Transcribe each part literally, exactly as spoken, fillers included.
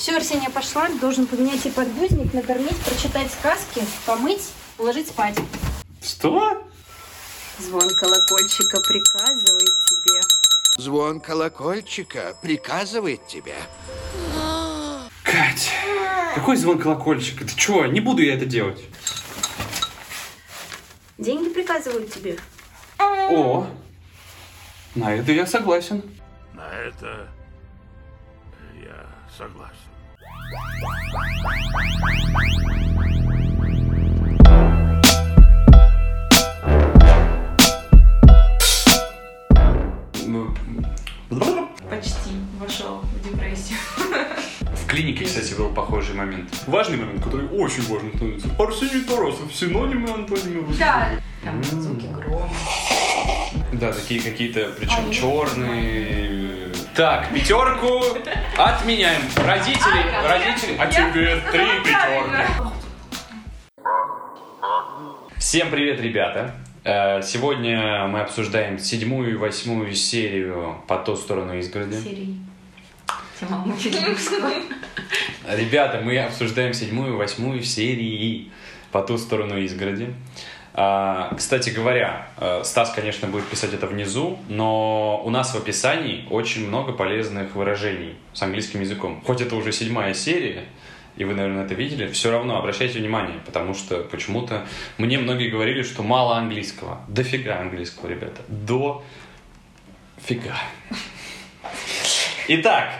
Все, Арсения пошла, должен поменять ей подгузник, накормить, прочитать сказки, помыть, уложить спать. Что? Звон колокольчика приказывает тебе. Звон колокольчика приказывает тебе. Кать, какой звон колокольчика? Ты чего? Не буду я это делать. Деньги приказывают тебе. О, на это я согласен. На это я согласен. Почти вошел в депрессию. В клинике, кстати, был похожий момент. Важный момент, который очень важно становится. Арсений Тарасов, синонимы, антонимы. Да. Там звуки грома. Да, такие какие-то, причем черные. Так, пятерку отменяем. Родители, родители. А тебе три пятерки. Всем привет, ребята. Сегодня мы обсуждаем седьмую и восьмую серию «По ту сторону изгороди». Серии. Тема мучительского. Ребята, мы обсуждаем седьмую и восьмую серии «По ту сторону изгороди». Кстати говоря, Стас, конечно, будет писать это внизу, но у нас в описании очень много полезных выражений с английским языком. Хоть это уже седьмая серия, и вы, наверное, это видели, все равно обращайте внимание, потому что почему-то мне многие говорили, что мало английского. Дофига английского, ребята. До фига. Итак,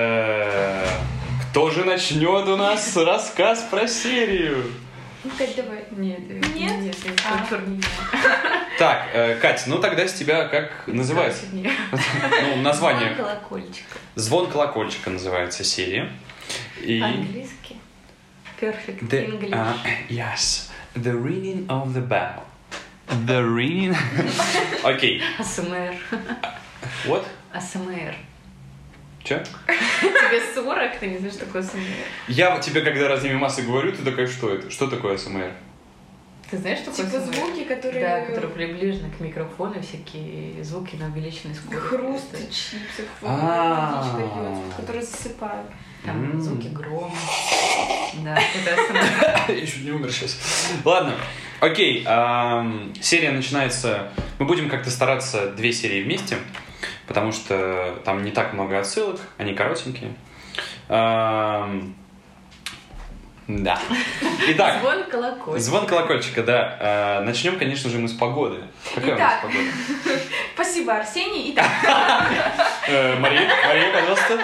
кто же начнет у нас рассказ про серию? Ну, Кать, давай. Нет, Нет? Нет, А. Так, э, Кать, ну тогда с тебя как называется? Ну, название. Звон колокольчика. Звон колокольчика называется серия. И... По-английски. Perfect The, English. uh, yes, the ringing of the bell. The ringing... Окей. АСМР. What? АСМР. Че? Тебе сорок, ты не знаешь, что такое АСМР. Я тебе, когда раз мимасы говорю, ты такая, что это? Что такое АСМР? Ты знаешь, что такое Типа АСМР? звуки, которые... Да, которые приближены к микрофону, всякие звуки на увеличенной скорости. Хруст чипсов, А. которые засыпают. Там М. звуки грома. Да, это АСМР. Я чуть не умер сейчас. Ладно, окей. ам, Серия начинается... Мы будем как-то стараться две серии вместе, потому что там не так много отсылок, они коротенькие. Ам, Да. Итак, Звон колокольчика. звон колокольчика, да. А, Начнем, конечно же, мы с погоды. Какая Итак. у нас погода? Спасибо, Арсений. Итак, Э, Мария, Мария, пожалуйста.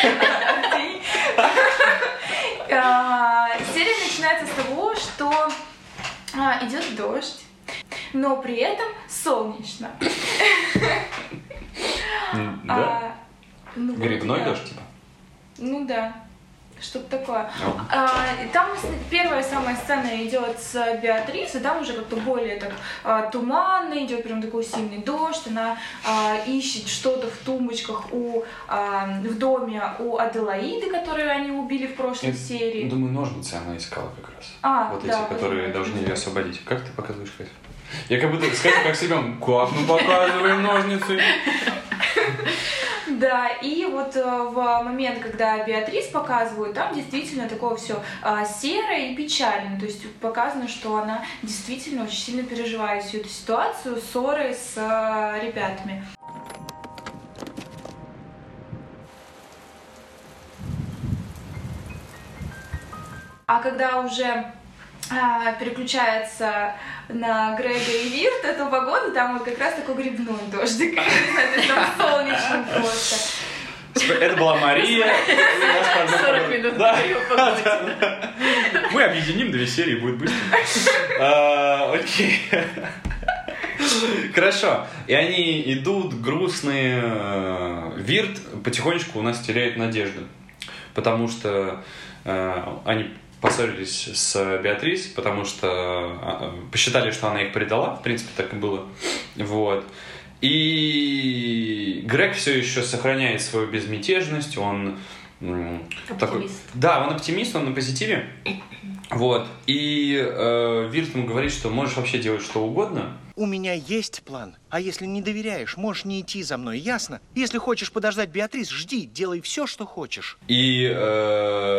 а, серия начинается с того, что а, идет дождь, но при этом солнечно. М, Да? А, ну, вроде Грибной да. дождь, типа? Ну да, что-то такое. Ну. А, и там с- первая самая сцена идет с Беатрис, и там уже как-то более так а, туманно, идет прям такой сильный дождь, она а, ищет что-то в тумбочках у, а, в доме у Аделаиды, которую они убили в прошлой Я серии. Думаю, ножницы она искала как раз. А, Вот да, эти, которые возможно. должны ее освободить. Как ты показываешь, Катя? Я как будто скажу, как себя, как мы показываем ножницы. Да, и вот э, в момент, когда Беатрис показывают, там действительно такое все серое и печальное. То есть показано, что она действительно очень сильно переживает всю эту ситуацию, ссоры с э, ребятами. А когда уже а, переключается на Грега и Вирта, то погода там вот как раз такой грибной дождик. Не знаю, то есть там солнечный просто. Это была Мария. сорок минут Да. говорю о погоде. Мы объединим две серии, будет быстро. А, Окей. Хорошо. И они идут грустные. Вирт потихонечку у нас теряет надежду. Потому что э, они поссорились с Беатрис, потому что э, посчитали, что она их предала. В принципе, так и было. Вот. И Грег все еще сохраняет свою безмятежность. Он м, такой, Оптимист. да, он оптимист, он на позитиве. Вот. И э, Вирт ему говорит, что можешь вообще делать что угодно. У меня есть план. А если не доверяешь, можешь не идти за мной, ясно? Если хочешь подождать Беатрис, жди, делай все, что хочешь. И э,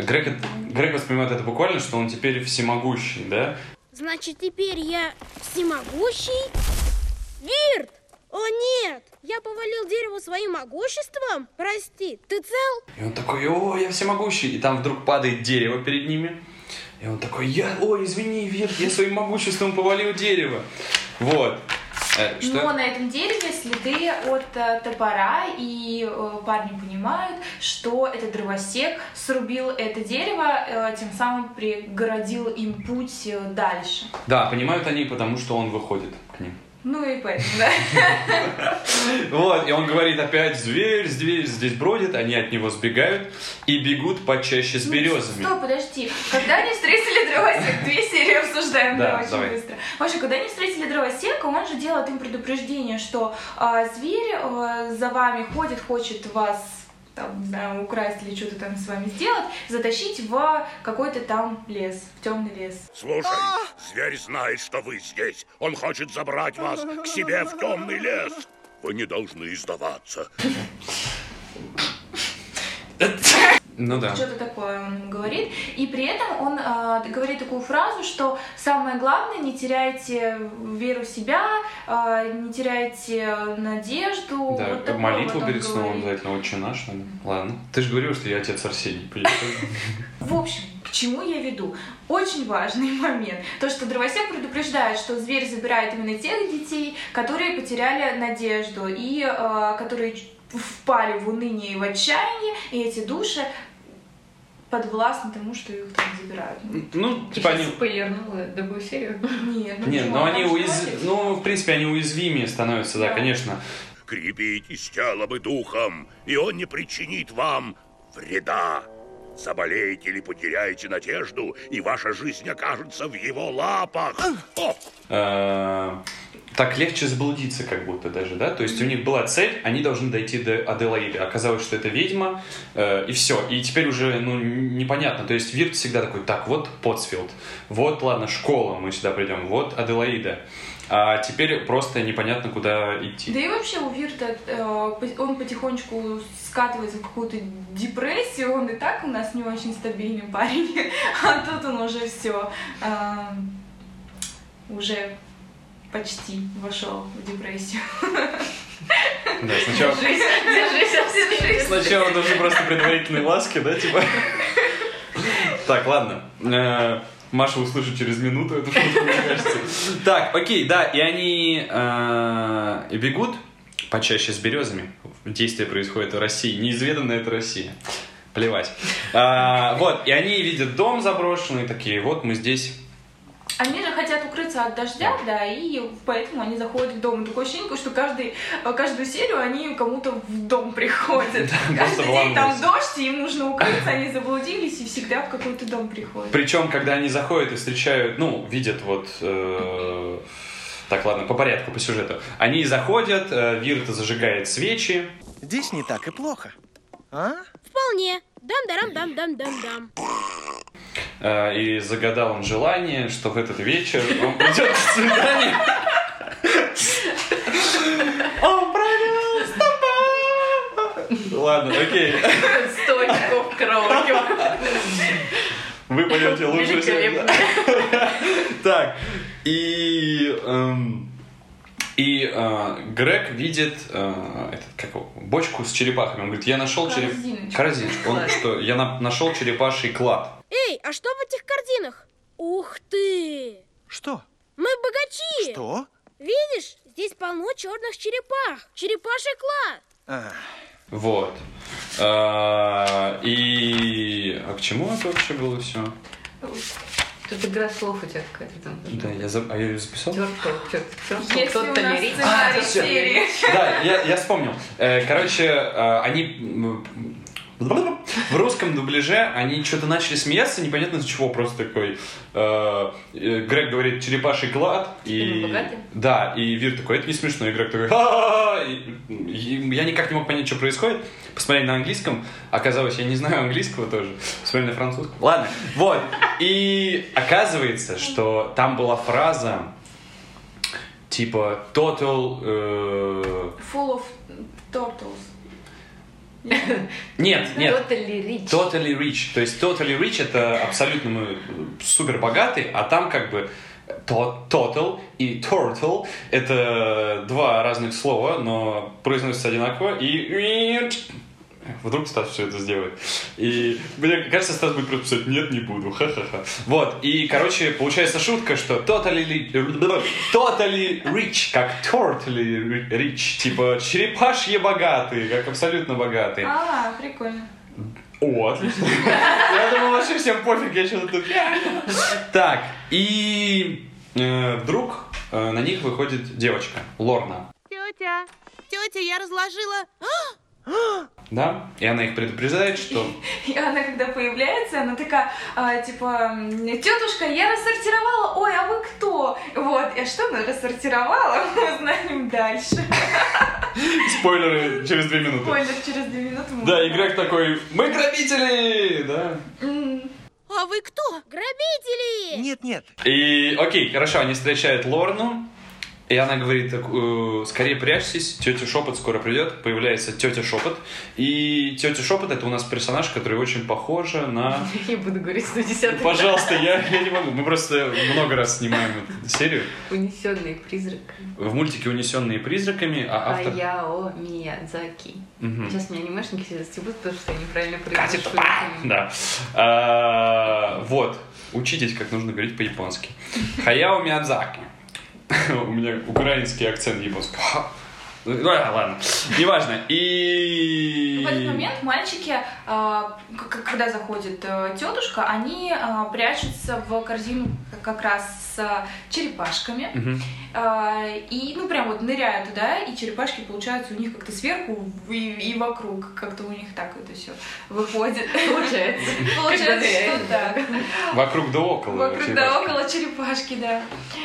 Грег, Грег воспринимает это буквально, что он теперь всемогущий, да? Значит, теперь я всемогущий? Вирт! О нет! Я повалил дерево своим могуществом? Прости, ты цел? И он такой, о, я всемогущий. И там вдруг падает дерево перед ними. И он такой, я, ой, извини, Вирт, я своим могуществом повалил дерево. Вот. Э, что? Но на этом дереве следы от э, топора, и э, парни понимают, что этот дровосек срубил это дерево, э, тем самым преградил им путь э, дальше. Да, понимают они, потому что он выходит к ним. Ну и поэтому, да. Вот, и он говорит опять, зверь, зверь здесь бродит, они от него сбегают и бегут почаще с березами. Стоп, подожди. Когда они встретили дровосека, две серии обсуждаем, да, очень давай. быстро. Вообще, когда они встретили дровосека, он же делает им предупреждение, что а, зверь а, за вами ходит, хочет вас там, не знаю, украсть или что-то там с вами сделать, затащить в какой-то там лес, в темный лес. Слушай, зверь знает, что вы здесь. Он хочет забрать вас к себе в темный лес. Вы не должны сдаваться. Ну да. Что-то такое он им говорит. И при этом он э, говорит такую фразу, что самое главное, не теряйте веру в себя, э, не теряйте надежду. Да, вот молитву вот перед сном говорит. обязательно, отче наш. Надо. Ладно. Ты же говорил, что я отец Арсений. В общем, к чему я веду? Очень важный момент. То, что дровосек предупреждает, что зверь забирает именно тех детей, которые потеряли надежду и э, которые впали в уныние и в отчаяние, и эти души подвластны тому, что их там забирают. Ну, Ты типа сейчас они... спойлернула другую серию. Нет, ну Нет, почему? но А они там уяз... что, Ну, в принципе, они уязвимее становятся, да, Да. конечно. Крепитесь телом и духом, и он не причинит вам вреда. Заболеете или потеряете надежду, и ваша жизнь окажется в его лапах. О! Э, Так легче заблудиться, как будто даже, да? То есть у них была цель, они должны дойти до Аделаиды. Оказалось, что это ведьма, э, и все. И теперь уже, ну, непонятно. То есть Вирт всегда такой, так, вот Потсфилд, вот, ладно, школа, мы сюда придем, вот Аделаида. А теперь просто непонятно, куда идти. Да и вообще у Вирта э, он потихонечку скатывается в какую-то депрессию, он и так у нас не очень стабильный парень, а тут он уже все э, уже почти вошел в депрессию. Да, сначала... Держись, держись, держись. Сначала должны просто предварительные ласки, да, типа? Так, ладно. Э, Маша услышит через минуту эту шутку, мне кажется. Так, окей, да, и они э, бегут почаще с березами. Действие происходит в России. Неизведанная это Россия. Плевать. А, вот, и они видят дом заброшенный, такие, вот мы здесь. Они же хотят укрыться от дождя, да, и поэтому они заходят в дом. Такое ощущение, что каждый, каждую серию они кому-то в дом приходят. Каждый день там дождь, и им нужно укрыться, они заблудились и всегда в какой-то дом приходят. Причем, когда они заходят и встречают, ну, видят вот... Э, так, ладно, по порядку, по сюжету. Они заходят, э, Вирт зажигает свечи. Здесь не так и плохо. А? Вполне. Дам-дарам-дам-дам-дам-дам. Э, и загадал он желание, что в этот вечер он придет на свидание. Он провел с тобой. Ладно, окей. Сто очков караоке. Вы пойдете лучше всех. Великолепно. Так, и... эм, И э, Грег видит э, этот, как его, бочку с черепахами. Он говорит, я нашел череп... Корзиночку. Корзиночку. Он что, я на... нашел черепаший клад. Эй, а что в этих корзинах? Ух ты! Что? Мы богачи! Что? Видишь, здесь полно черных черепах. Черепаший клад. А, Вот. Э, и... А к чему это вообще было все? Тут игра слов у тебя какая-то там. Да, я, за... а я ее записал? Тёртл, тёртл, Если у кто-то нас лирит. сценарий всё. серии. Да, я, я вспомнил. Э, Короче, э, они... м, В русском дубляже они что-то начали смеяться, непонятно из-за чего, просто такой... э, э, Грег говорит «черепаший клад», Фильм и... «Богатый»? Да, и Вир такой «это не смешно», и Грег такой «ха-ха-ха», и, и я никак не мог понять, что происходит. Посмотрели на английском, оказалось, я не знаю английского тоже, посмотрели на французском. Ладно, вот, и оказывается, что там была фраза типа «total...» э, Full of turtles. Нет, нет. Totally rich. Totally rich. То есть totally rich это абсолютно мы супер богатый, а там как бы total и turtle это два разных слова, но произносятся одинаково и вдруг Стас все это сделает. И мне кажется, Стас будет просто писать «нет, не буду, ха-ха-ха». Вот, и, короче, получается шутка, что totally, totally rich, как totally rich, типа черепашьи богатые, как абсолютно богатые. А, прикольно. О, отлично. Я думал, вообще всем пофиг, я что-то тут... Так, и э, вдруг э, на них выходит девочка, Лорна. Тетя, тетя, я разложила... Да? И она их предупреждает, что... И она, когда появляется, она такая, а, типа, тетушка, я рассортировала, ой, а вы кто? Вот, и что она рассортировала, мы узнаем дальше. Спойлеры через две минуты. Спойлер через две минуты. Да, игрок такой, мы грабители! Да. А вы кто? Грабители! Нет, нет. И, окей, хорошо, они встречают Лорну, и она говорит, э, скорее прячьтесь, тетя Шепот скоро придет. Появляется тетя Шепот. И тетя Шепот это у нас персонаж, который очень похожа на... Я не буду говорить сто десятый. Пожалуйста, я, я не могу. Мы просто много раз снимаем эту серию. Унесенные призраками. В мультике «Унесенные призраками», а автор... Хаяо Миядзаки. Мгм. Сейчас меня анимешники все застебут, потому что я неправильно Катя произношу. тупая! Да. А, вот. Учитесь, как нужно говорить по-японски. Хаяо Миядзаки. У меня украинский акцент японский. Ну ладно, неважно. И... В этот момент мальчики, а, к- когда заходит а, тетушка, они а, прячутся в корзину как раз с черепашками. Мгм. А, и, ну, прям вот ныряют туда, и черепашки получаются у них как-то сверху и, и вокруг. Как-то у них так это все выходит. Получается. Получается, что да. так. Вокруг да около. Вокруг черепашки. да около черепашки, да.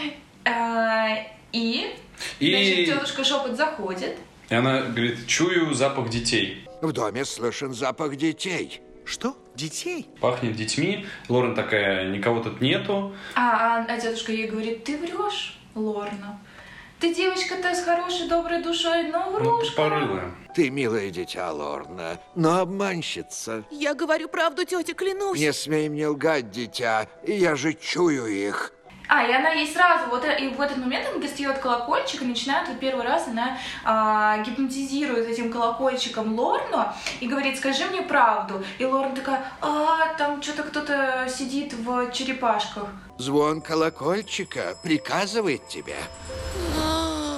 А, И, значит, И... тетушка Шепот заходит. и она говорит, чую запах детей. В доме слышен запах детей. Что? Детей? Пахнет детьми. Лорен такая, никого тут нету. А, а, а тетушка ей говорит, ты врешь, Лорна. Ты девочка-то с хорошей, доброй душой, но Ну, врушка. тупорылая. Ты милое дитя, Лорна, но обманщица. Я говорю правду, тетя, клянусь. Не смей мне лгать, дитя, я же чую их. А, и она ей сразу, вот э- и в этот момент она достает колокольчик и начинает, вот первый раз она а, гипнотизирует этим колокольчиком Лорну и говорит, скажи мне правду. И Лорна такая, а, там что-то кто-то сидит в черепашках. Звон колокольчика приказывает тебе. А,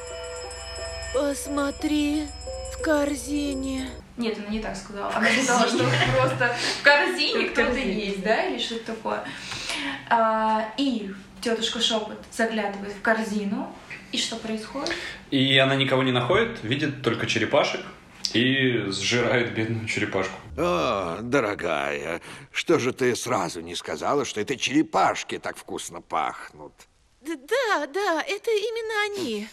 Посмотри, в корзине. Нет, она не так сказала. Она сказала, что просто в корзине кто-то есть, да, или что-то такое. А, и тетушка Шепот заглядывает в корзину. И что происходит? И она никого не находит, видит только черепашек и сжирает бедную черепашку. О, дорогая, что же ты сразу не сказала, что это черепашки так вкусно пахнут? Д- Да, да, это именно они.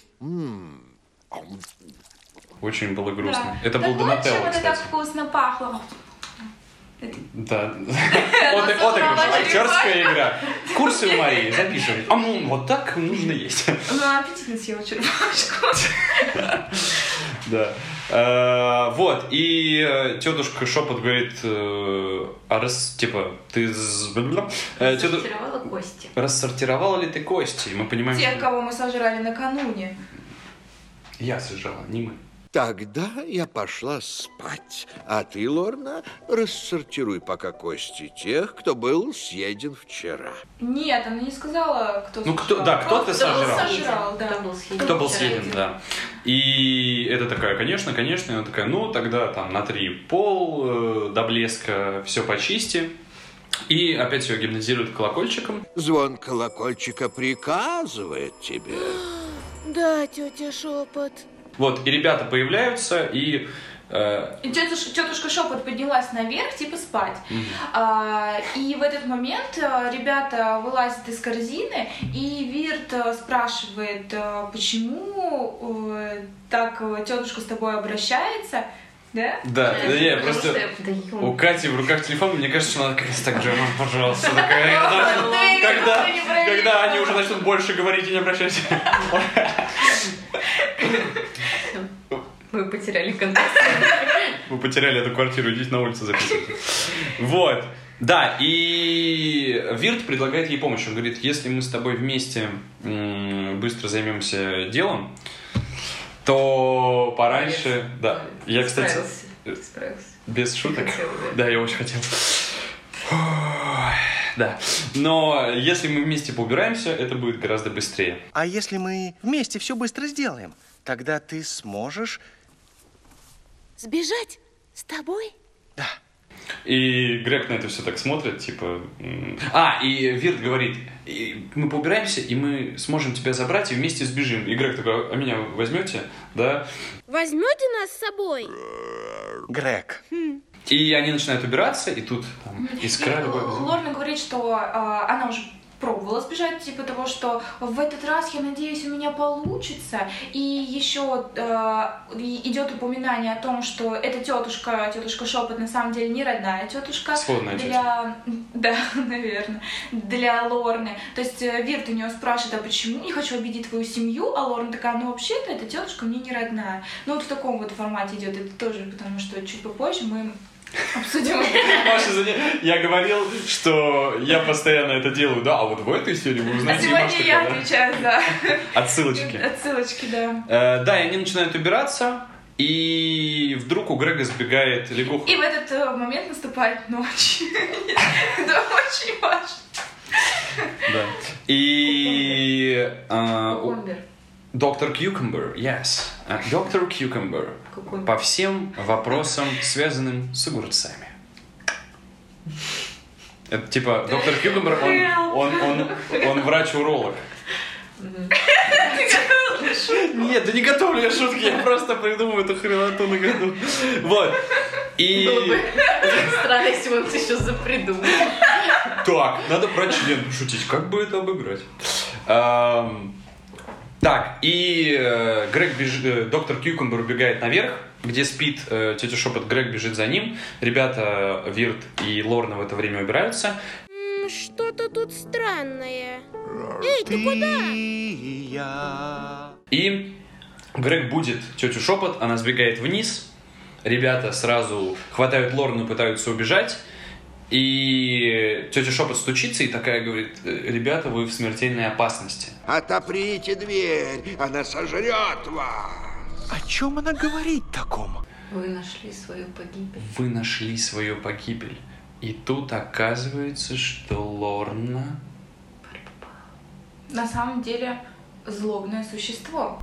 Очень было грустно. Да. Это Так был вот, чем Донателло, это так кстати. вкусно пахло. Да. Вот Она актерская игра. Курсы у Марии записывай. А ну, вот так нужно есть. Она аппетитно съела черепашку. Да. Э, Вот, и э, тетушка Шепот говорит, э, а раз, типа, ты з- э, тету- Сортировала кости. рассортировала ли ты кости? Мы понимаем, Тех, что кого мы сожрали накануне. я сожрала, не мы. Тогда я пошла спать. А ты, Лорна, рассортируй пока кости тех, кто был съеден вчера. Нет, она не сказала, кто Ну, сожрал. кто- да, кто-то Просто сожрал. сожрал, да. Кто был съеден. Кто был вчера. съеден, да. И это такая, конечно, конечно. И она такая, ну, тогда там натри пол э, до блеска, все почисти. И опять ее гипнотизирует колокольчиком. Звон колокольчика приказывает тебе. Да, тетя Шепот. Вот, и ребята появляются, и... э, И тетушка, тетушка Шепот поднялась наверх, типа спать. А, и в этот момент а, ребята вылазят из корзины, и Вирт а, спрашивает, а, почему э, так э, тетушка с тобой обращается, да? да, Да, да, я потому просто... что я подаю. У Кати в руках телефон, мне кажется, что она как раз так, Джема, пожалуйста, такая, я даже- Ты когда, никого не проверял. когда они уже начнут больше говорить и не обращаться. Мы вы потеряли контакт. Вы потеряли эту квартиру, идите на улицу записывайте. Вот. Да, и Вирт предлагает ей помощь. Он говорит, если мы с тобой вместе м- быстро займемся делом, то пораньше... Да, я, кстати... Справился. Справился. Без шуток? Хотел, да. Да, я очень хотел. Да. Но если мы вместе поубираемся, это будет гораздо быстрее. А если мы вместе все быстро сделаем, тогда ты сможешь... Сбежать с тобой? Да. И Грег на это все так смотрит, типа... А, и Вирт говорит, мы поубираемся, и мы сможем тебя забрать, и вместе сбежим. И Грег такой, а меня возьмете? Да. Возьмете нас с собой? Грег. Хм. И они начинают убираться, и тут там, искра... И Лорна говорит, что э, она уже пробовала сбежать, типа того, что в этот раз, я надеюсь, у меня получится. И еще э, идет упоминание о том, что эта тетушка, тетушка Шепот, на самом деле не родная тетушка. Сводная для... Да, наверное. Для Лорны. То есть Вирт у нее спрашивает, а почему не хочу обидеть твою семью? А Лорна такая, ну вообще-то эта тетушка мне не родная. Ну вот в таком вот формате идет это тоже, потому что чуть попозже мы обсудим. Маша, я говорил, что я постоянно это делаю, да, а вот в этой серии вы А узнаете, сегодня Маша, я да? отвечаю, да. Отсылочки. Отсылочки, да. Э, да, и они начинают убираться, и вдруг у Грега сбегает лягуха. И в этот э, момент наступает ночь. Это очень важно. Да. И... э, Кукумбер. Доктор Кьюкумбер, yes. Э, Доктор Кьюкумбер. Кукумбер. По всем вопросам, связанным с огурцами. Это типа доктор Кьюкумбер, он, он, он, он врач-уролог. Нет, да не готовлю я шутки, я просто придумываю эту хреноту на году. Вот. И... Было бы странно, если он это еще запридумал. Так, надо про член пошутить. Как бы это обыграть? Эм, Так, и э, Грег бежит, э, доктор Кьюкумбер убегает наверх, где спит э, тетя Шепот. Грег бежит за ним. Ребята, Вирт и Лорна в это время убираются. М, Что-то тут странное. Эй, ты куда? И я... И Грег будет тетю Шепот, она сбегает вниз. Ребята сразу хватают Лорну, пытаются убежать. И тетя Шепот стучится и такая говорит, ребята, вы в смертельной опасности. Отоприте дверь, она сожрет вас. О чем она говорит таком? Вы нашли свою погибель. Вы нашли свою погибель. И тут оказывается, что Лорна... На самом деле злобное существо.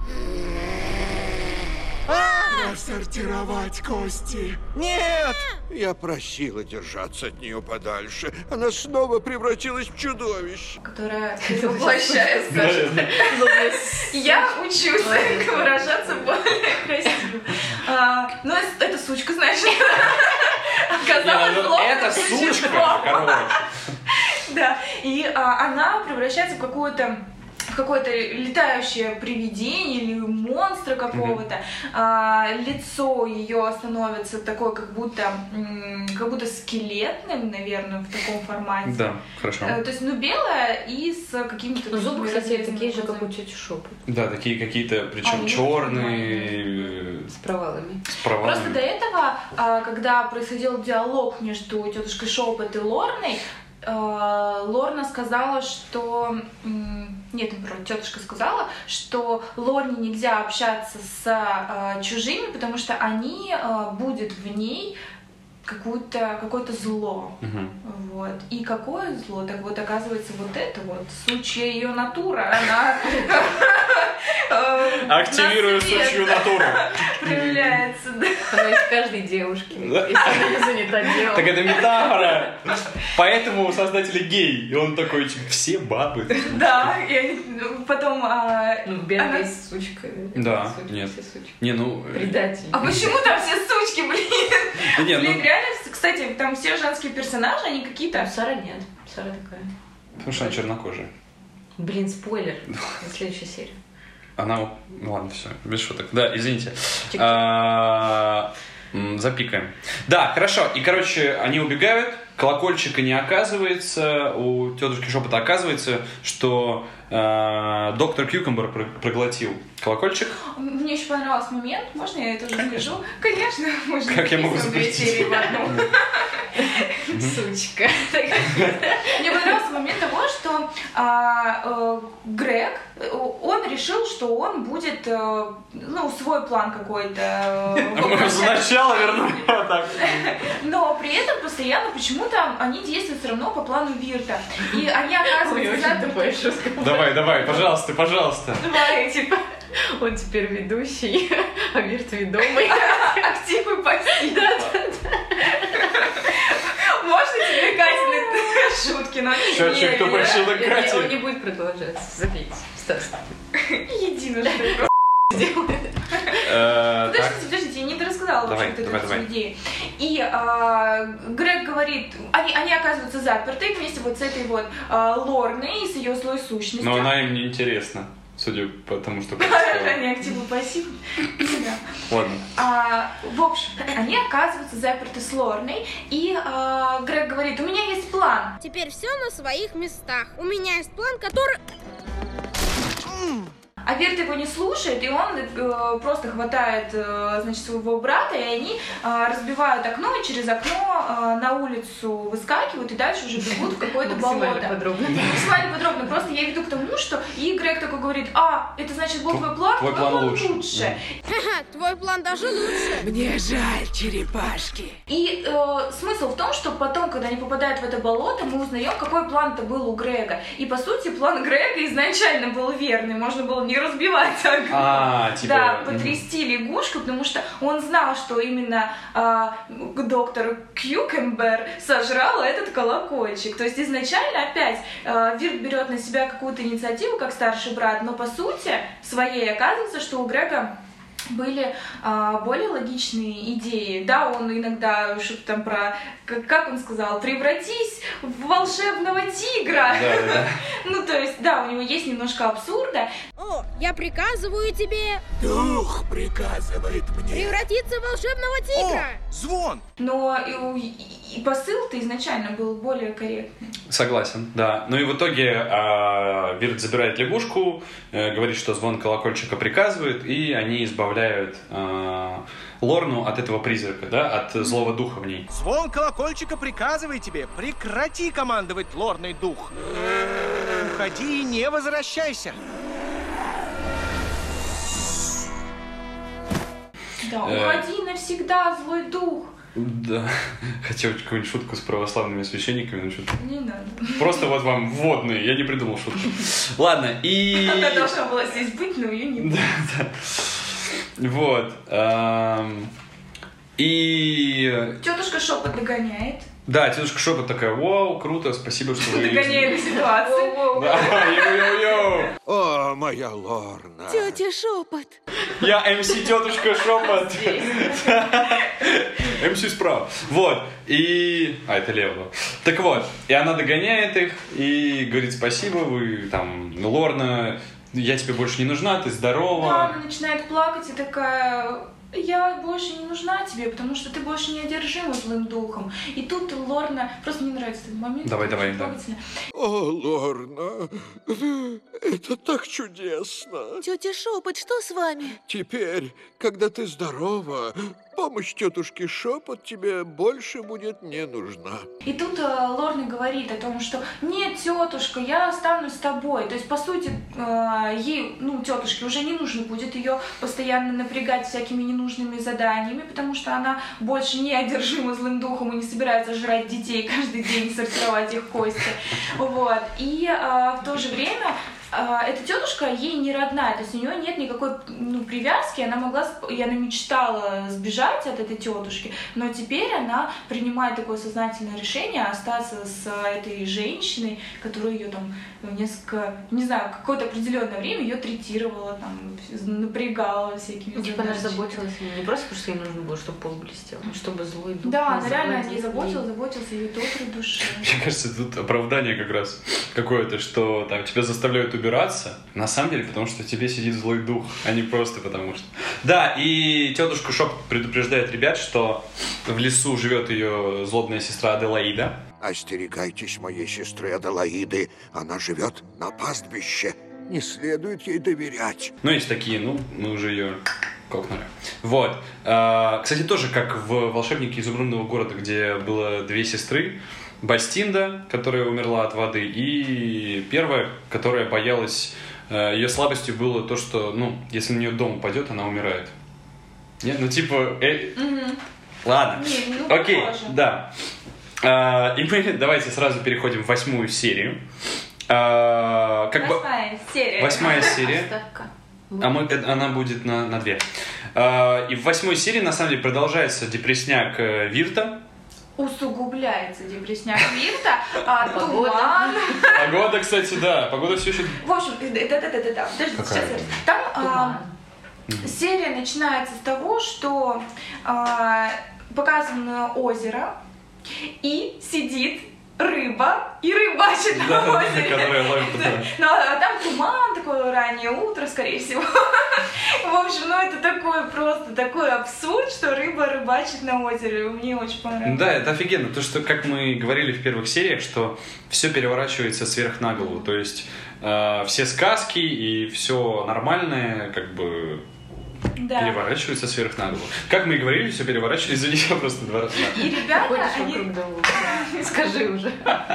Рассортировать кости. Нет! Я просила держаться от нее подальше. Она снова превратилась в чудовище. Которая воплощается. Злобное Я учусь выражаться более красиво. А, Ну, это- это сучка, значит. Оказалось злобным Это сучка, существом. короче. Да, и а, она превращается в какую-то в какое-то летающее привидение или монстра какого-то. А, лицо ее становится такое, как будто м, как будто скелетным, наверное, в таком формате. Да, хорошо. Э, То есть, ну, белое и с какими-то... Но зубы, такими кстати, разрезанными такие же, как у глазами. тети Шепот. Да, такие какие-то, причем А, черные, С провалами. с провалами. Просто до этого, а, когда происходил диалог между тетушкой Шепот и Лорной, а, Лорна сказала, что... м, Нет, наоборот, тетушка сказала, что Лорне нельзя общаться с а, чужими, потому что они а, будет в ней какое-то какое-то зло. Мгм. Вот. И какое зло? Так вот, оказывается, вот это вот сучья ее натура, она э, Активирую на свет сучью натуру. проявляется, да. Она из каждой девушки, если она не занята делом. Так это метафора. Поэтому у создателя гей. И он такой, типа, все бабы. Да, и они, ну, потом... а, Ну, в Бен она- есть сучка. Да, Сучки, нет. Все сучки. Не, ну... э, Предатель. А почему там все сучки, блин? да нет, Блин, ну... реально, кстати, там все женские персонажи, они Там какие-то... Сара нет. Сара такая. Потому что она чернокожая. Блин, спойлер. На следующей серии. Она... Ну ладно, все, без шуток. Да, извините. Чик-чик. А, М, Запикаем. Да, хорошо. И, короче, они убегают, колокольчика не оказывается, у тетушки Шепота оказывается, что э, доктор Кьюкумбер про- проглотил колокольчик. Мне еще понравился момент, можно я это уже скажу? Конечно, можно. Как я могу записывать запретить? серии в одну. Сучка. Мне понравился момент того, что а, э, Грег, э, он решил, что он будет, э, ну, свой план какой-то. э, воплощать. Сначала вернули вот так. Но при этом постоянно почему-то они действуют все равно по плану Вирта. И они Ой, оказываются очень заперты. тупая шутка. Давай, давай, пожалуйста, пожалуйста. Давай, типа, Он теперь ведущий, а Вирт ведомый. актив и пассив. Можно тебе Катины шутки, но они Счетчик не тупой шуток Не, Кати. Он не будет продолжаться. Забейте. Стас. единожды. Сделает. Э, так. Подождите, подождите, я не дорассказала Давай, вообще вот давай, эту давай. всю идею. И а, Грег говорит, они, они оказываются заперты вместе вот с этой вот а, Лорной и с ее злой сущностью. Но она им не интересна, судя по тому, что... Они активно пассивны. Да. Ладно. А, в общем, они оказываются заперты с Лорной, и а, Грег говорит, у меня есть план. Теперь все на своих местах. У меня есть план, который... А Вирт его не слушает, и он э, просто хватает, э, значит, своего брата, и они э, разбивают окно, и через окно э, на улицу выскакивают, и дальше уже бегут в какое-то Максимально болото. подробно. Максимально подробно. Просто я веду к тому, что и Грег такой говорит, а, это значит был твой план, Твой план лучше. лучше. Ха-ха, твой план даже лучше. Мне жаль, черепашки. И э, смысл в том, что потом, когда они попадают в это болото, мы узнаем, какой план-то был у Грега. И, по сути, план Грега изначально был верный. Можно было не разбивать окно. А, типа... Да, мгм. потрясти лягушку, потому что он знал, что именно а, доктор Кьюкембер сожрал этот колокольчик. То есть изначально опять а, Вирт берет на себя какую-то инициативу как старший брат, но по сути своей оказывается, что у Грега были а, более логичные идеи. Да, он иногда что-то там про, как, как он сказал, превратись в волшебного тигра. Да, да, да. Ну, то есть, да, у него есть немножко абсурда. О, я приказываю тебе Дух приказывает мне. превратиться в волшебного тигра. О, звон! Но и, и- и посыл-то изначально был более корректный. Согласен, да. Ну и в итоге а, Вирт забирает лягушку, э, говорит, что звон колокольчика приказывает, и они избавляют а, Лорну от этого призрака, да, от злого духа в ней. Звон колокольчика приказывает тебе. Прекрати командовать, лорный дух. Уходи и не возвращайся. Да, Э. уходи навсегда, злой дух. Да. Хотел какую-нибудь шутку с православными священниками, но что-то... Не надо. Просто вот вам вводные, я не придумал шутку. Ладно, и... Она должна была здесь быть, но ее не было. Да, да. Вот. ам, И... Тетушка Шепот догоняет. Да, тетушка Шепот такая, вау, круто, спасибо, что вы... Догоняет ситуацию. Да, йоу-йоу-йоу. О, моя Лорна. Тетя Шепот. Я эм си тетушка Шепот. эм си справа. Вот. И... А, это лево. Так вот. И она догоняет их и говорит, спасибо, вы там, Лорна, я тебе больше не нужна, ты Да, здорова. она начинает плакать и такая... Я больше не нужна тебе, потому что ты больше не одержима злым духом. И тут Лорна... Просто мне нравится этот момент. Давай, давай, очень да. трогательно. О, Лорна, это так чудесно. Тетя Шепот, что с вами? Теперь, когда ты здорова, помощь тетушки Шепот тебе больше будет не нужна. И тут э, Лорна говорит о том, что нет, тетушка, я останусь с тобой. То есть, по сути, э, ей, ну, тетушке уже не нужно будет ее постоянно напрягать всякими ненужными заданиями, потому что она больше не одержима злым духом и не собирается жрать детей каждый день и сортировать их кости. Вот. И э, в то же время а, эта тетушка ей не родная, то есть у нее нет никакой, ну, привязки, она могла, сп- и она мечтала сбежать от этой тетушки, но теперь она принимает такое сознательное решение остаться с этой женщиной, которая ее там несколько, не знаю, какое-то определенное время ее третировала, там, напрягала всякими Ну, типа она задачами. заботилась не просто, потому что ей нужно было, чтобы пол блестел, но чтобы злой дух Да, не она реально о завладел ней заботилась, ей. заботился о ее доброй душе. Мне кажется, тут оправдание как раз какое-то, что там тебя заставляют убираться, на самом деле, потому что в тебе сидит злой дух, а не просто потому что. Да, и тетушка Шепот предупреждает ребят, что в лесу живет ее злобная сестра Аделаида. Остерегайтесь моей сестры Аделаиды. Она живет на пастбище. Не следует ей доверять. Ну, есть такие, ну, мы уже ее кокнули. Вот. А, кстати, тоже как в «Волшебнике изумрудного города», где было две сестры. Бастинда, которая умерла от воды, и первая, которая боялась... Ее слабостью было то, что, ну, если на нее дом упадет, она умирает. Нет? Ну, типа... Э... Угу. Ладно. Не, ну, окей, похоже. да. А, и мы давайте сразу переходим в восьмую серию. А, как Восьмая бы... серия. Восьмая серия. Ставка. А мы, она будет на, на две. А, и в восьмой серии, на самом деле, продолжается депресняк Вирта. Усугубляется депресняк Вирта, а Погода. туман. Погода, кстати, да. Погода все еще... В общем, да-да-да-да. Подожди, Какая сейчас. разница? Там а, Туман. серия начинается с того, что а, показано озеро, и сидит рыба и рыбачит на Да, озере. которая ловит Да. туман. Ну, а там туман, такое раннее утро, скорее всего. В общем, ну это такой просто такой абсурд, что рыба рыбачит на озере. Мне очень понравилось. Да, это офигенно. То, что, как мы говорили в первых сериях, что все переворачивается сверх на голову. То есть э, все сказки и все нормальное, как бы... Да. переворачивается сверх на голову. Как мы и говорили, все переворачивается. Извини, я просто два раза. И ребята, Ходишь они... вокруг да около. Скажи уже.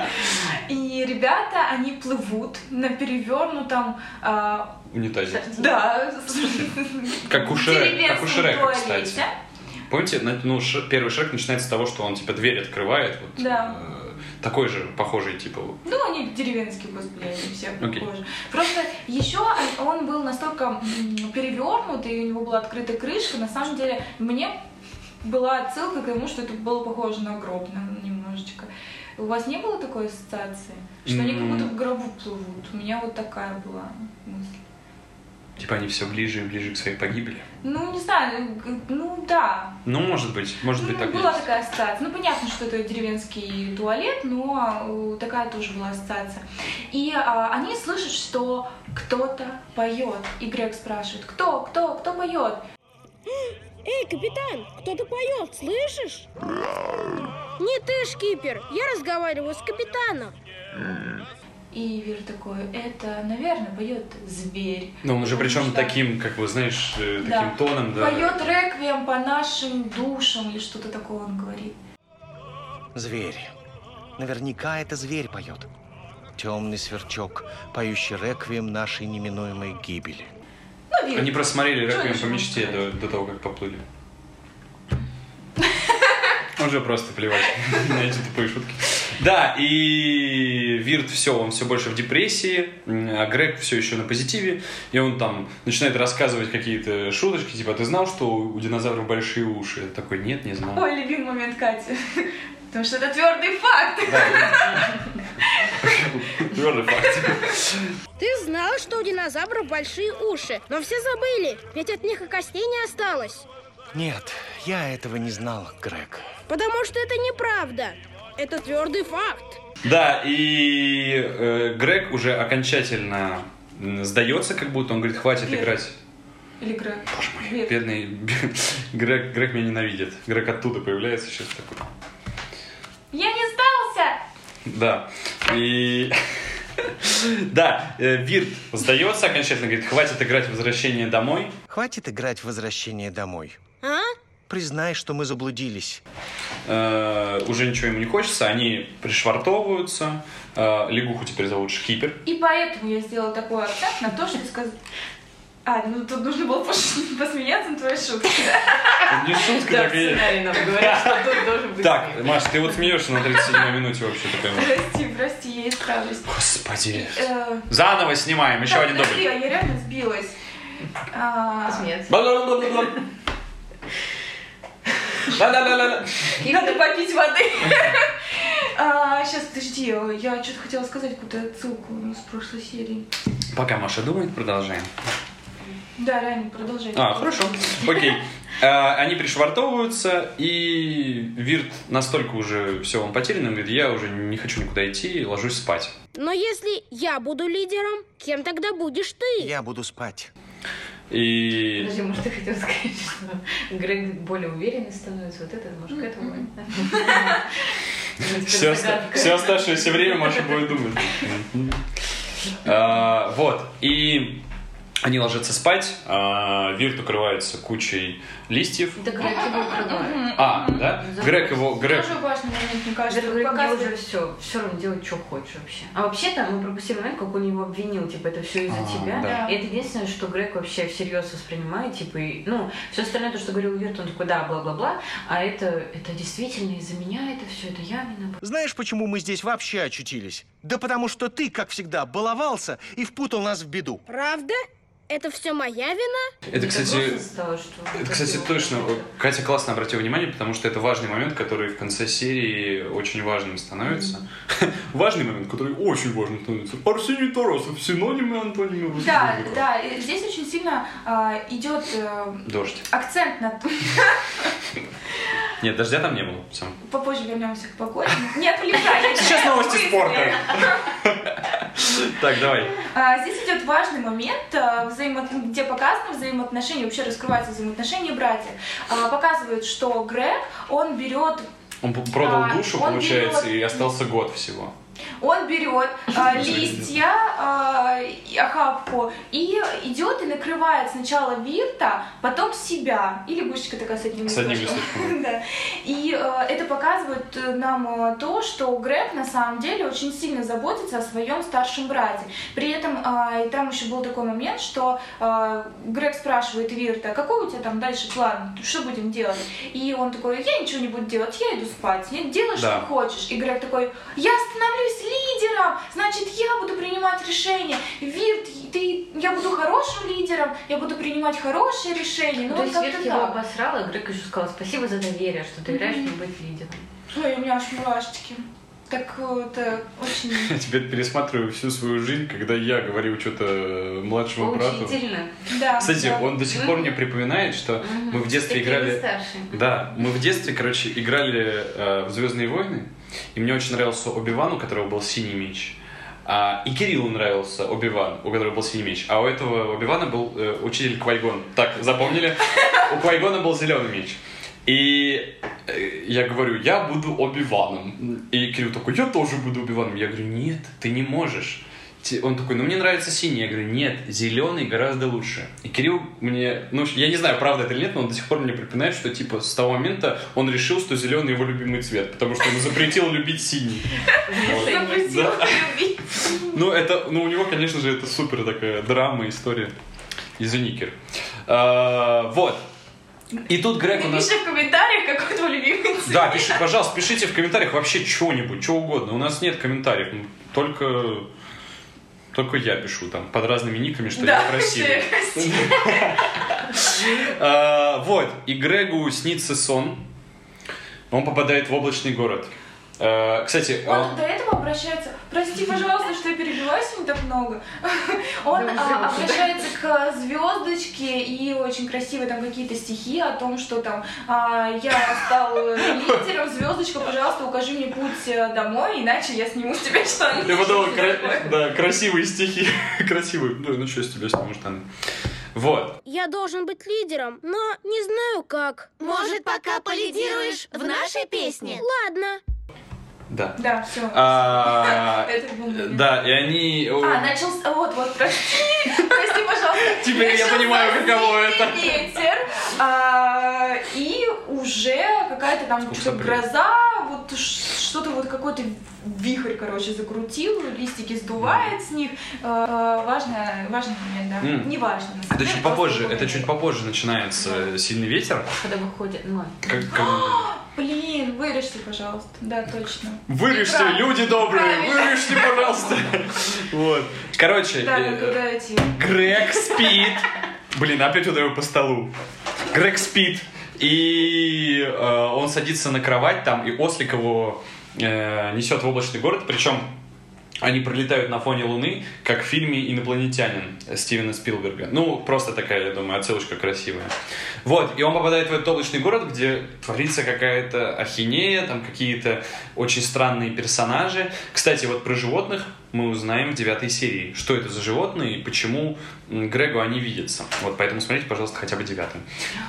И ребята, они плывут на перевернутом... а, Унитазе. да, Как у Шрека, деревенском как у Шрека, туалете. кстати. Помните, на- ну, Ш- первый Шрек начинается с того, что он, типа, дверь открывает. Вот, Да. э, такой же, похожий, типа... Ну, они деревенские, господи, они все Окей. похожи. Просто еще он он был настолько м, перевернут, и у него была открыта крышка. На самом деле, мне была отсылка к тому, что это было похоже на гроб на- немножечко. У вас не было такой ассоциации? Что они как будто в гробу плывут? У меня вот такая была мысль. Типа они все ближе и ближе к своей погибели. Ну, не знаю, г- ну да. Ну, может быть, может быть, Ну, так и была есть. такая ассоциация. Ну, понятно, что это деревенский туалет, но э, такая тоже была ассоциация. И а, они слышат, что кто-то поет. И Грег спрашивает, кто, кто, кто поет? Эй, капитан, кто-то поет, слышишь? Не ты, шкипер, я разговариваю с капитаном. И Вир такой, это, наверное, поет зверь. Ну, он уже Потому причем что- таким, как бы, знаешь, э, Да. таким тоном, да. Поет реквием по нашим душам, или что-то такое он говорит. Зверь. Наверняка это зверь поет. Темный сверчок, поющий реквием нашей неминуемой гибели. Ну, Вир, Они просто смотрели Что «Реквием еще по можно мечте» до, сказать? до того, как поплыли. Уже просто плевать на эти тупые шутки. Да, и Вирт все, он все больше в депрессии, а Грег все еще на позитиве, и он там начинает рассказывать какие-то шуточки, типа, ты знал, что у динозавров большие уши? Я такой, нет, не знал. Ой, любимый момент Кати. Потому что это твердый факт. Твердый факт. Ты знал, что у динозавров большие уши, но все забыли, ведь от них и костей не осталось. Нет, я этого не знал, Грег. Потому что это неправда. Это твердый факт. Да, и э, Грег уже окончательно м, сдается, как будто он говорит, хватит Вир. играть. Или Грег. Боже мой, Вир. бедный Грег, Грег меня ненавидит. Грег оттуда появляется сейчас такой. Я не сдался! Да. И... Да, э, Вирт сдается окончательно, говорит, хватит играть в «Возвращение домой». Хватит играть в «Возвращение домой». А? Признай, что мы заблудились. Э, уже ничего ему не хочется, они пришвартовываются. Э, лягуху теперь зовут Шкипер. И поэтому я сделала такой акцент на то, что сказать... А, ну тут нужно было пош- посмеяться на твоей шутке. Это не шутка, Да, в так и есть. сценарии нам говорят, что тут должен быть Так, смех. Маш, ты вот смеешься на тридцать седьмой минуте вообще такая. Прости, прости, я исправлюсь. Господи. Э, Заново снимаем, еще так, один подожди, дубль. я реально сбилась. А, Посмеяться. Бла-бла-бла-бла-бла. Ла-ла-ла-ла-ла. Надо попить воды. А, сейчас, подожди, я что-то хотела сказать, какую-то отсылку с прошлой серии. Пока Маша думает, продолжаем. Да, реально, продолжай. А, хорошо. Окей. А, Они пришвартовываются, и Вирт настолько уже все, он потерян, он говорит, я уже не хочу никуда идти, ложусь спать. Но если я буду лидером, кем тогда будешь ты? Я буду спать. И... Подожди, может, ты хотел сказать, что Грег более уверенный становится, вот это, может, к этому? Все, все оставшееся время Маша будет думать. А, вот, и они ложатся спать, а Вирт укрывается кучей листьев. Да Грег его укрывает. А, да? Грег его... Грег... Тоже важный момент, мне кажется. Грег говорит, показывает... мне уже все, все равно делать, что хочешь вообще. А вообще-то мы пропустили момент, как он его обвинил, типа, это все из-за А, тебя. да. И это единственное, что Грег вообще всерьез воспринимает, типа, и, ну, все остальное, то, что говорил Вирт, он такой, да, бла-бла-бла, а это, это действительно из-за меня, это все, это я виноват. Знаешь, почему мы здесь вообще очутились? Да потому что ты, как всегда, баловался и впутал нас в беду. Правда? Это все моя вина? Это, кстати, стало, что это, кстати, точно. Катя классно обратила внимание, потому что это важный момент, который в конце серии очень важным становится. Mm-hmm. Важный момент, который очень важным становится. Арсений Тарасов, синонимы, антонимы. Да, да, и здесь очень сильно э, идет э, дождь. Акцент на... Нет, дождя там не было. Все. Попозже вернемся к погоде. Не отвлекай. Сейчас новости спорта. Так, давай. Здесь идет важный момент, где показаны взаимоотношения, вообще раскрываются взаимоотношения братьев. Показывают, что Грег, он берет... Он продал душу, получается, и остался год всего. Он берет э, листья, э, охапку и идет и накрывает сначала Вирта, потом себя. И лягушечка такая с одним листочком. С одним листочком. Да. И э, это показывает нам то, что Грег на самом деле очень сильно заботится о своем старшем брате. При этом э, и там еще был такой момент, что э, Грег спрашивает Вирта, какой у тебя там дальше план, что будем делать? И он такой, я ничего не буду делать, я иду спать, делай, да. что хочешь. И Грег такой, я становлюсь лидером, значит, я буду принимать решения. Вирт, ты, я буду хорошим лидером, я буду принимать хорошие решения. Ну, то вот есть Вирт его так. обосрал, и Грег еще сказал, спасибо за доверие, что ты играешь, mm-hmm. не быть лидером. Ой, у меня аж мурашечки. Так это очень... Я теперь пересматриваю всю свою жизнь, когда я говорил что-то младшему брату. Учительно. Да, кстати, да. он до сих пор мне припоминает, что mm-hmm. мы в детстве Такие играли... старшие. Да, мы в детстве, короче, играли э, в «Звездные войны», и мне очень нравился Оби-Ван, у которого был синий меч. А, и Кириллу нравился Оби-Ван, у которого был синий меч. А у этого Оби-Вана был э, учитель Квай-Гон. Так, запомнили? У Квай-Гона был зеленый меч. И э, я говорю, я буду Оби-Ваном. И Кирилл такой, я тоже буду Оби-Ваном. Я говорю, нет, ты не можешь. Он такой, ну мне нравится синий. Я говорю, нет, зеленый гораздо лучше. И Кирилл мне, ну я не знаю, правда это или нет, но он до сих пор мне припоминает, что типа с того момента он решил, что зеленый его любимый цвет, потому что он запретил любить синий. Запретил любить. Ну это, ну у него, конечно же, это супер такая драма, история. Извини, Кир. Вот. И тут Грег у нас... Пиши в комментариях, какой твой любимый цвет. Да, пиши, пожалуйста, пишите в комментариях вообще что-нибудь, что угодно. У нас нет комментариев, только... Только я пишу там под разными никами, что да, я красивый. Вот, и Грегу снится сон. Он попадает в облачный город. Кстати, он до этого обращается... Прости, пожалуйста, что я перебиваю сегодня так много. Он а, обращается к звездочке, и очень красивые там какие-то стихи о том, что там а, я стал лидером, звездочка, пожалуйста, укажи мне путь домой, иначе я сниму с тебя штаны. Я подумал, кра- да, красивые стихи. Красивые. Ну, ну что, с тебя сниму штаны. Вот. Я должен быть лидером, но не знаю как. Может, пока полидируешь в нашей песне? Ладно. Да. Да, все. А, Это был момент. Да, и они... А, начался... Вот, вот, прости. Прости, пожалуйста. Теперь я понимаю, каково это. Ветер. А, и уже какая-то там что-то гроза, вот что-то вот какой-то вихрь, короче, закрутил, листики сдувает с них. А, важный, важный момент, да. Mm. Не важно. Это чуть попозже, это чуть попозже начинается сильный ветер. Когда выходит, ну... Как, как... Блин, вырежьте, пожалуйста. Да, точно. Вырежьте, Правильно. люди добрые, Правильно. вырежьте, пожалуйста. Вот. Короче, Да, э, когда эти... Грег спит. Блин, опять ударил по столу. Грег спит. И э, он садится на кровать там, и ослик его э, несет в облачный город. Причем они пролетают на фоне Луны, как в фильме «Инопланетянин» Стивена Спилберга. Ну, просто такая, я думаю, отсылочка красивая. Вот, и он попадает в этот облачный город, где творится какая-то ахинея, там какие-то очень странные персонажи. Кстати, вот про животных мы узнаем в девятой серии. Что это за животные и почему Грегу они видятся. Вот, поэтому смотрите, пожалуйста, хотя бы девятый.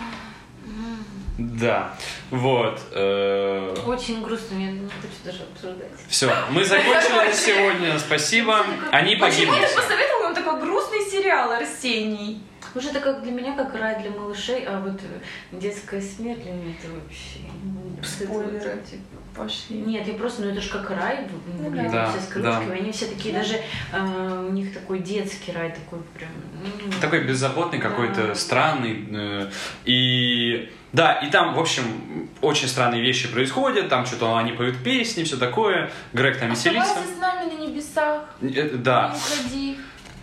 Да, вот. Э... Очень грустно, я не хочу даже обсуждать. Все, мы закончили на сегодня, спасибо. Они погибли. Почему ты посоветовал нам такой грустный сериал Арсений? Уже это как для меня как рай для малышей, а вот детская смерть для меня это вообще... Спойлеры пошли. Нет, я просто, ну это же как рай, выглядит, да, все с кружками, да. Они все такие, даже э, у них такой детский рай, такой прям... Такой беззаботный да. какой-то, странный. Э, и... Да, и там, в общем, очень странные вещи происходят, там что-то они поют песни, все такое, Грег там веселится. Оставайся с нами на небесах, э, да. не уходи.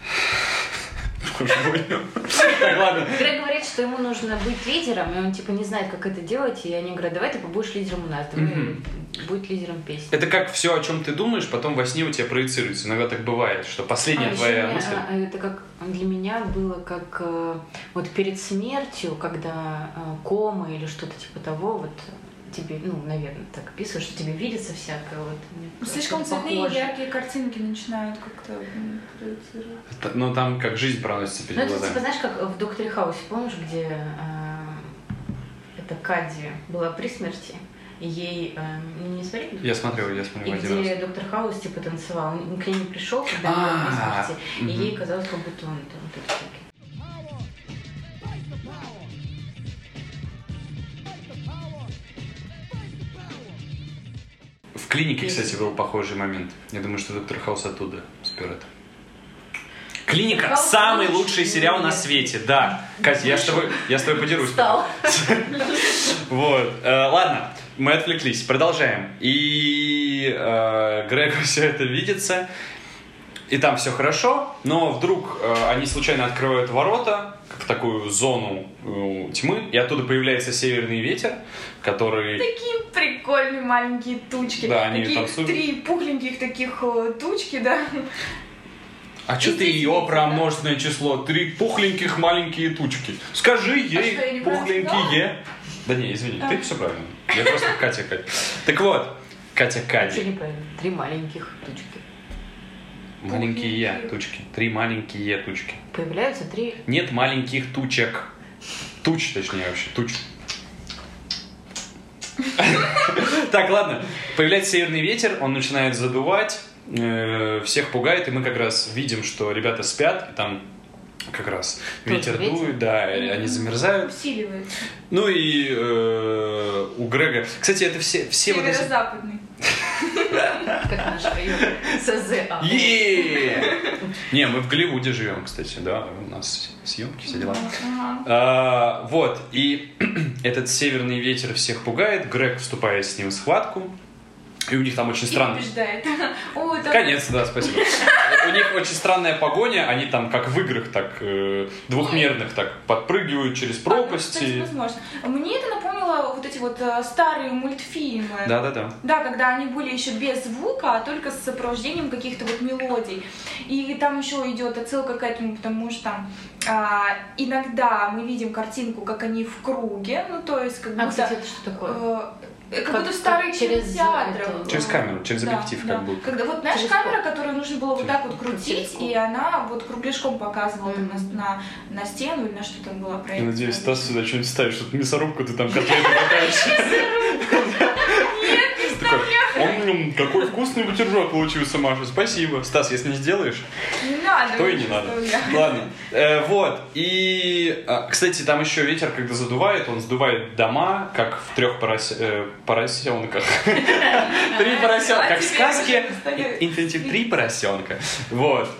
Так, ладно. Грег говорит, что ему нужно быть лидером, и он типа не знает, как это делать, и они говорят, давай ты побудешь лидером у нас, давай mm-hmm. будь лидером песни. Это как все, о чем ты думаешь, потом во сне у тебя проецируется. Иногда так бывает, что последняя а, твоя еще, мысль... А, это как для меня было как э, вот перед смертью, когда э, кома или что-то типа того, вот тебе, ну, наверное, так описывают, что тебе видится всякое. Вот, слишком цветные и яркие картинки начинают как-то проецировать. Ну, там как жизнь проносится перед ну, это, глазами. типа, знаешь, как в «Докторе Хаусе», помнишь, где э, эта Кадди была при смерти, и ей... Э, не смотрели? Я смотрел, я смотрел и один где раз. доктор Хаус, типа, танцевал. Он к ней не пришел, когда она была при смерти, и ей казалось, как будто он там вот это всякие. В клинике, кстати, был похожий момент. Я думаю, что доктор Хаус оттуда спер это. Клиника — самый лучший сериал на свете, да. Катя, я с тобой, я с тобой подерусь. Встал. Вот, ладно, мы отвлеклись, продолжаем. И Грегу все это видится, и там все хорошо, но вдруг они случайно открывают ворота в такую зону тьмы, и оттуда появляется северный ветер, который... Такие прикольные маленькие тучки. Да, они такие танцуют. Три пухленьких таких тучки, да. А что ты ее про множественное число? Три пухленьких маленькие тучки. Скажи ей, а что, я пухленькие. Да не, извини, а. Ты все правильно. Я просто Катя Катя. Так вот, Катя Катя. Что неправильно? Три маленьких тучки. Маленькие тучки. Три маленькие тучки. Появляются три... Нет маленьких тучек. Туч, точнее, вообще, туч. Так, ладно. Появляется северный ветер, он начинает задувать, всех пугает, и мы как раз видим, что ребята спят, и там как раз ветер дует, да, и они замерзают. Усиливается. Ну и э, у Грега... Кстати, это все... все вот эти... Северо-западный. Как наш район. СЗА. Не, мы в Голливуде живем, кстати, да, у нас съемки, все дела. А, вот, и этот северный ветер всех пугает, Грег вступает с ним в схватку, и у них там очень странно... И побеждает. О, там... Конец, да, спасибо. У них очень странная погоня, они там как в играх, так э, двухмерных, так подпрыгивают через пропасти. А, ну, кстати, возможно. Мне это напомнило вот эти вот э, старые мультфильмы. Да-да-да. Да, когда они были еще без звука, а только с сопровождением каких-то вот мелодий. И там еще идет отсылка к этому, потому что а, иногда мы видим картинку, как они в круге, ну то есть как будто... А, кстати, это что такое? Э, Как, как будто старые кинотеатры. Через камеру, через да, объектив да. как будто. Когда вот, знаешь, через камера, которую нужно было вот так вот крутить, Телескоп. и она вот кругляшком показывала Mm-hmm. там на, на, на стену или на что там было проект. Я надеюсь, Стас сюда что-нибудь ставишь, что-то мясорубку ты там котлету пытаешься. Нет, не вставляю. Какой вкусный бутерброд получился, Маша, спасибо. Стас, если не сделаешь, Не надо. то и не надо. Ладно, э, вот, и, кстати, там еще ветер, когда задувает, он сдувает дома, как в трех порося... э, поросенках. Три поросенка, как в сказке, инфинитив, три поросенка. Вот,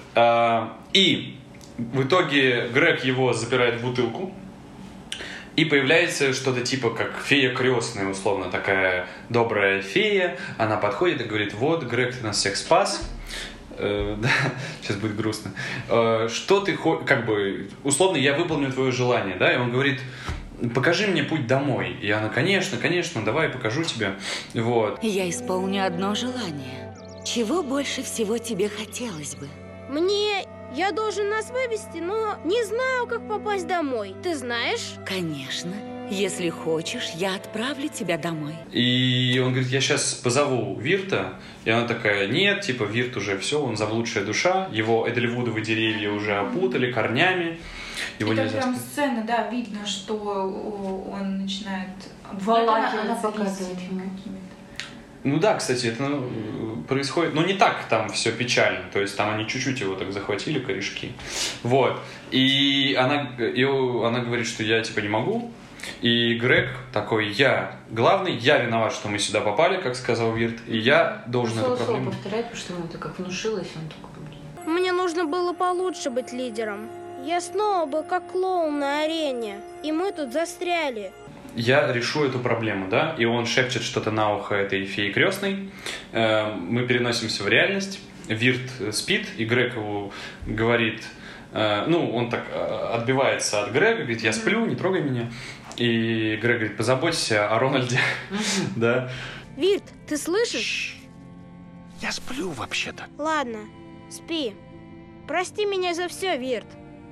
и в итоге Грег его запирает в бутылку, и появляется что-то типа как фея крестная, условно, такая добрая фея. Она подходит и говорит: вот, Грег, ты нас всех спас. Э, да, сейчас будет грустно. Э, что ты хочешь, как бы, условно, я выполню твое желание, да? И он говорит: покажи мне путь домой. И она: конечно, конечно, давай покажу тебе. Вот. Я исполню одно желание. чего больше всего тебе хотелось бы? Мне... Я должен нас вывести, но не знаю, как попасть домой. Ты знаешь? Конечно. Если хочешь, я отправлю тебя домой. И он говорит, я сейчас позову Вирта. И она такая, нет, типа, Вирт уже все, он заблудшая душа. Его эдельвудовые деревья уже опутали корнями. Его и там нельзя... прям сцена, да, видно, что он начинает обволакиваться. Она показывает ему. Ну да, кстати, это ну, происходит, но не так там все печально, то есть там они чуть-чуть его так захватили, корешки, вот, и она, и она говорит, что я типа не могу, и Грег такой, я главный, я виноват, что мы сюда попали, как сказал Вирт, и я должен эту проблему... повторять, потому что ему это как внушилось, он такой, блин. Мне нужно было получше быть лидером. Я снова был как клоун на арене, и мы тут застряли. Я решу эту проблему, да, и он шепчет что-то на ухо этой феи крестной. Мы переносимся в реальность. Вирт спит, и Грег его говорит, ну, он так отбивается от Грега, говорит, я сплю, не трогай меня. И Грег говорит, позаботься о Рональде, да. Вирт, ты слышишь? Я сплю вообще-то. Ладно, спи. Прости меня за все, Вирт.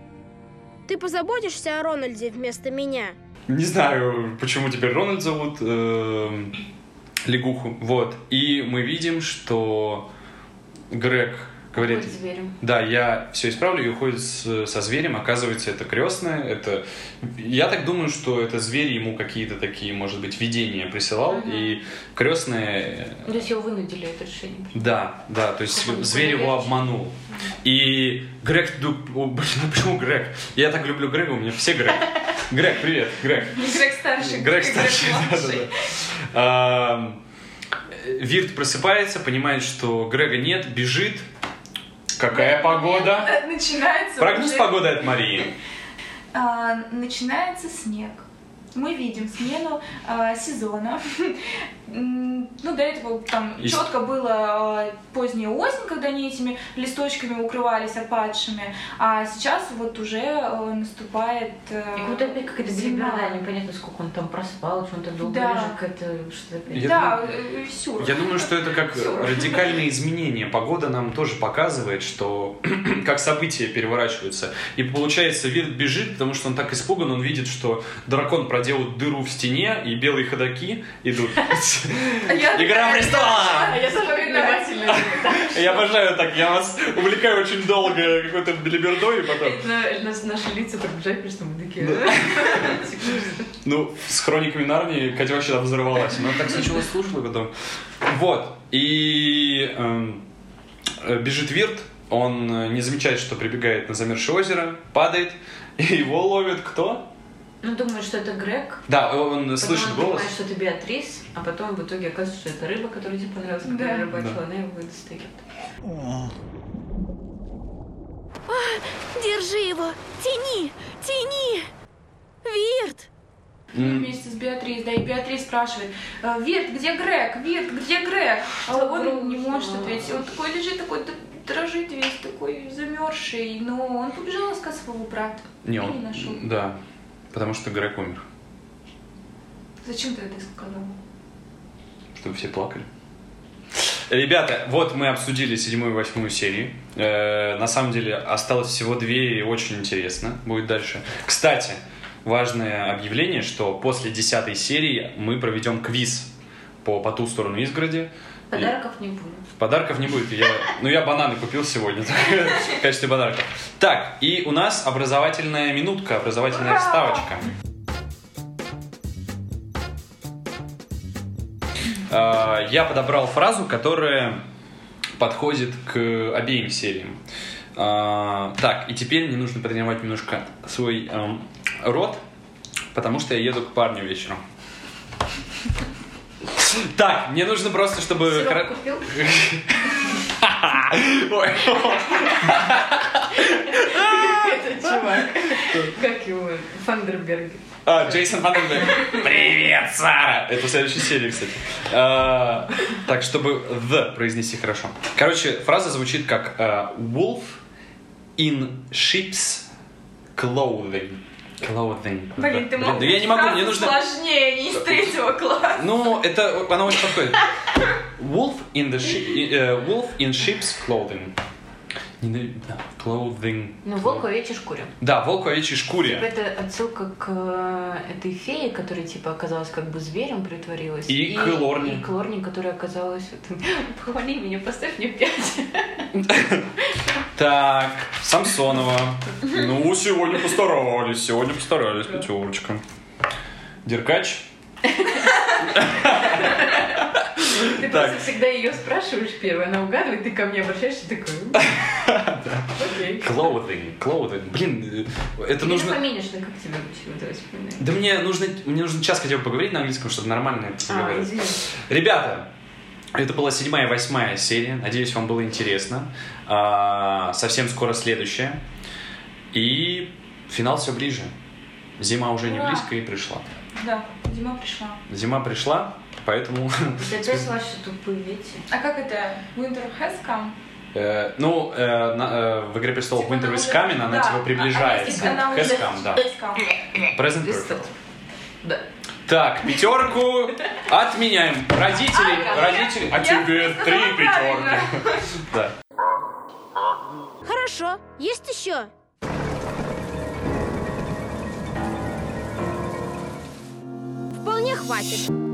Ты позаботишься о Рональде вместо меня? Не знаю, почему теперь Рональд зовут э, лягуху. Вот. И мы видим, что Грег говорит... Уходит с зверем. Да, я все исправлю, и уходит с, со зверем. Оказывается, это крестная. Это... Я так думаю, что это зверь ему какие-то такие, может быть, видения присылал. Uh-huh. И крестная... То есть его вынудили это решение. Да, да, то есть Чтобы зверь его обманул. Uh-huh. И Грег... О, блин, ну почему Грег? Я так люблю Грега, у меня все Грег. Грег, привет, Грег. Грег старший. Грег старший, да-да-да. А, Вирт просыпается, понимает, что Грега нет, бежит. Какая погода? Начинается Прогноз уже... погоды от Марии. А, начинается снег. Мы видим смену а, сезона. Ну, до этого там И... четко было а, поздняя осень, когда они этими листочками укрывались опадшими, а сейчас вот уже а, наступает а, и вот опять какая-то белиберда, непонятно, сколько он там проспал, что он так долго да. лежит, какая-то что-то опять. Я да, думаю, сюр. Я думаю, что это как сюр. Радикальные изменения. Погода нам тоже показывает, что как события переворачиваются. И получается, Вирт бежит, потому что он так испуган, он видит, что дракон проделал дыру в стене, и белые ходаки идут. Игра престолов! Я самая внимательная. Я обожаю так, я вас увлекаю очень долго какой-то белибердой, и потом... Наши лица так бежали, что мы такие... Ну, с хрониками Нарнии Катя вообще там взорвалась. Она так сначала слушала, потом... Вот, и бежит Вирт, он не замечает, что прибегает на замерзшее озеро, падает, и его ловит кто? Ну, думаю, что это Грег. Да, он потом слышит он голос. Понимает, что это Беатрис, а потом в итоге оказывается, что это рыба, которая тебе понравилась, когда да. я рыбачила, да. она его достает. Держи его! Тяни! Тяни! Вирт! Mm. Вместе с Беатрис, да, и Беатрис спрашивает, Вирт, где Грег? Вирт, где Грег? А он не может ответить. Он такой лежит, такой дрожит весь, такой замерзший, но он побежал искать своего брата. Не, и он, не нашел. Да, потому что Грег умер. Зачем ты это сказал? Чтобы все плакали. Ребята, вот мы обсудили седьмую и восьмую серии. Э, на самом деле осталось всего две, и очень интересно будет дальше. Кстати, важное объявление, что после десятой серии мы проведем квиз по «По ту сторону изгороди». Подарков и... не будет. Подарков не будет. Я, ну, я бананы купил сегодня в качестве подарка. Так, и у нас образовательная минутка, образовательная вставочка. Я подобрал фразу, которая подходит к обеим сериям. Так, и теперь мне нужно потренировать немножко свой эм, рот, потому что я еду к парню вечером. Так, мне нужно просто, чтобы... Сироп купил? Ой. Этот чувак. Как его? Фандерберг. А, Джейсон Фандерберг. Привет, Сара! Это в следующей серии, кстати. А, так, чтобы the произнести хорошо. Короче, фраза звучит как uh, wolf in sheep's clothing. Clothing. Блин, ты мог да я не могу, мне нужно... сложнее, не из третьего класса. Ну, это, она очень подходит. wolf in the shi- uh, wolf in sheep's clothing. Clothing. Ну, волк в овечьей шкуре. Да, волк в овечьей шкуре. Типа это отсылка к э, этой фее, которая типа оказалась как бы зверем, притворилась. И, и к Лорне. И к Лорне, которая оказалась... Похвали меня, поставь мне пять. Так, Самсонова. Ну, сегодня постарались, сегодня постарались, пятерочка. Деркач. Ты просто всегда ее спрашиваешь первой, она угадывает, ты ко мне обращаешься, такой... Окей. Clothing, clothing. Блин, это нужно... Фамилишно, как тебя учили, давай вспоминай. Да мне нужно, мне нужно час хотя бы поговорить на английском, чтобы нормально это А, говорить. извини. Ребята, это была седьмая и восьмая серия. Надеюсь, вам было интересно. А, совсем скоро следующая. И финал все ближе. Зима уже не Ура! близко и пришла. Да, зима пришла. Зима пришла, поэтому... Ты опять ваши тупые дети. А как это? Winter has come? Э, ну, э, на, э, в «Игре престолов» Типа Winter она is уже- coming, она да. типа приближается. А если она Has уже- come, да. Has come. Present perfect. Да. Так, пятерку отменяем. Родители, Ага, родители, а я- тебе я три сказала правильно. пятерки. Да. Хорошо, есть еще? Вполне хватит.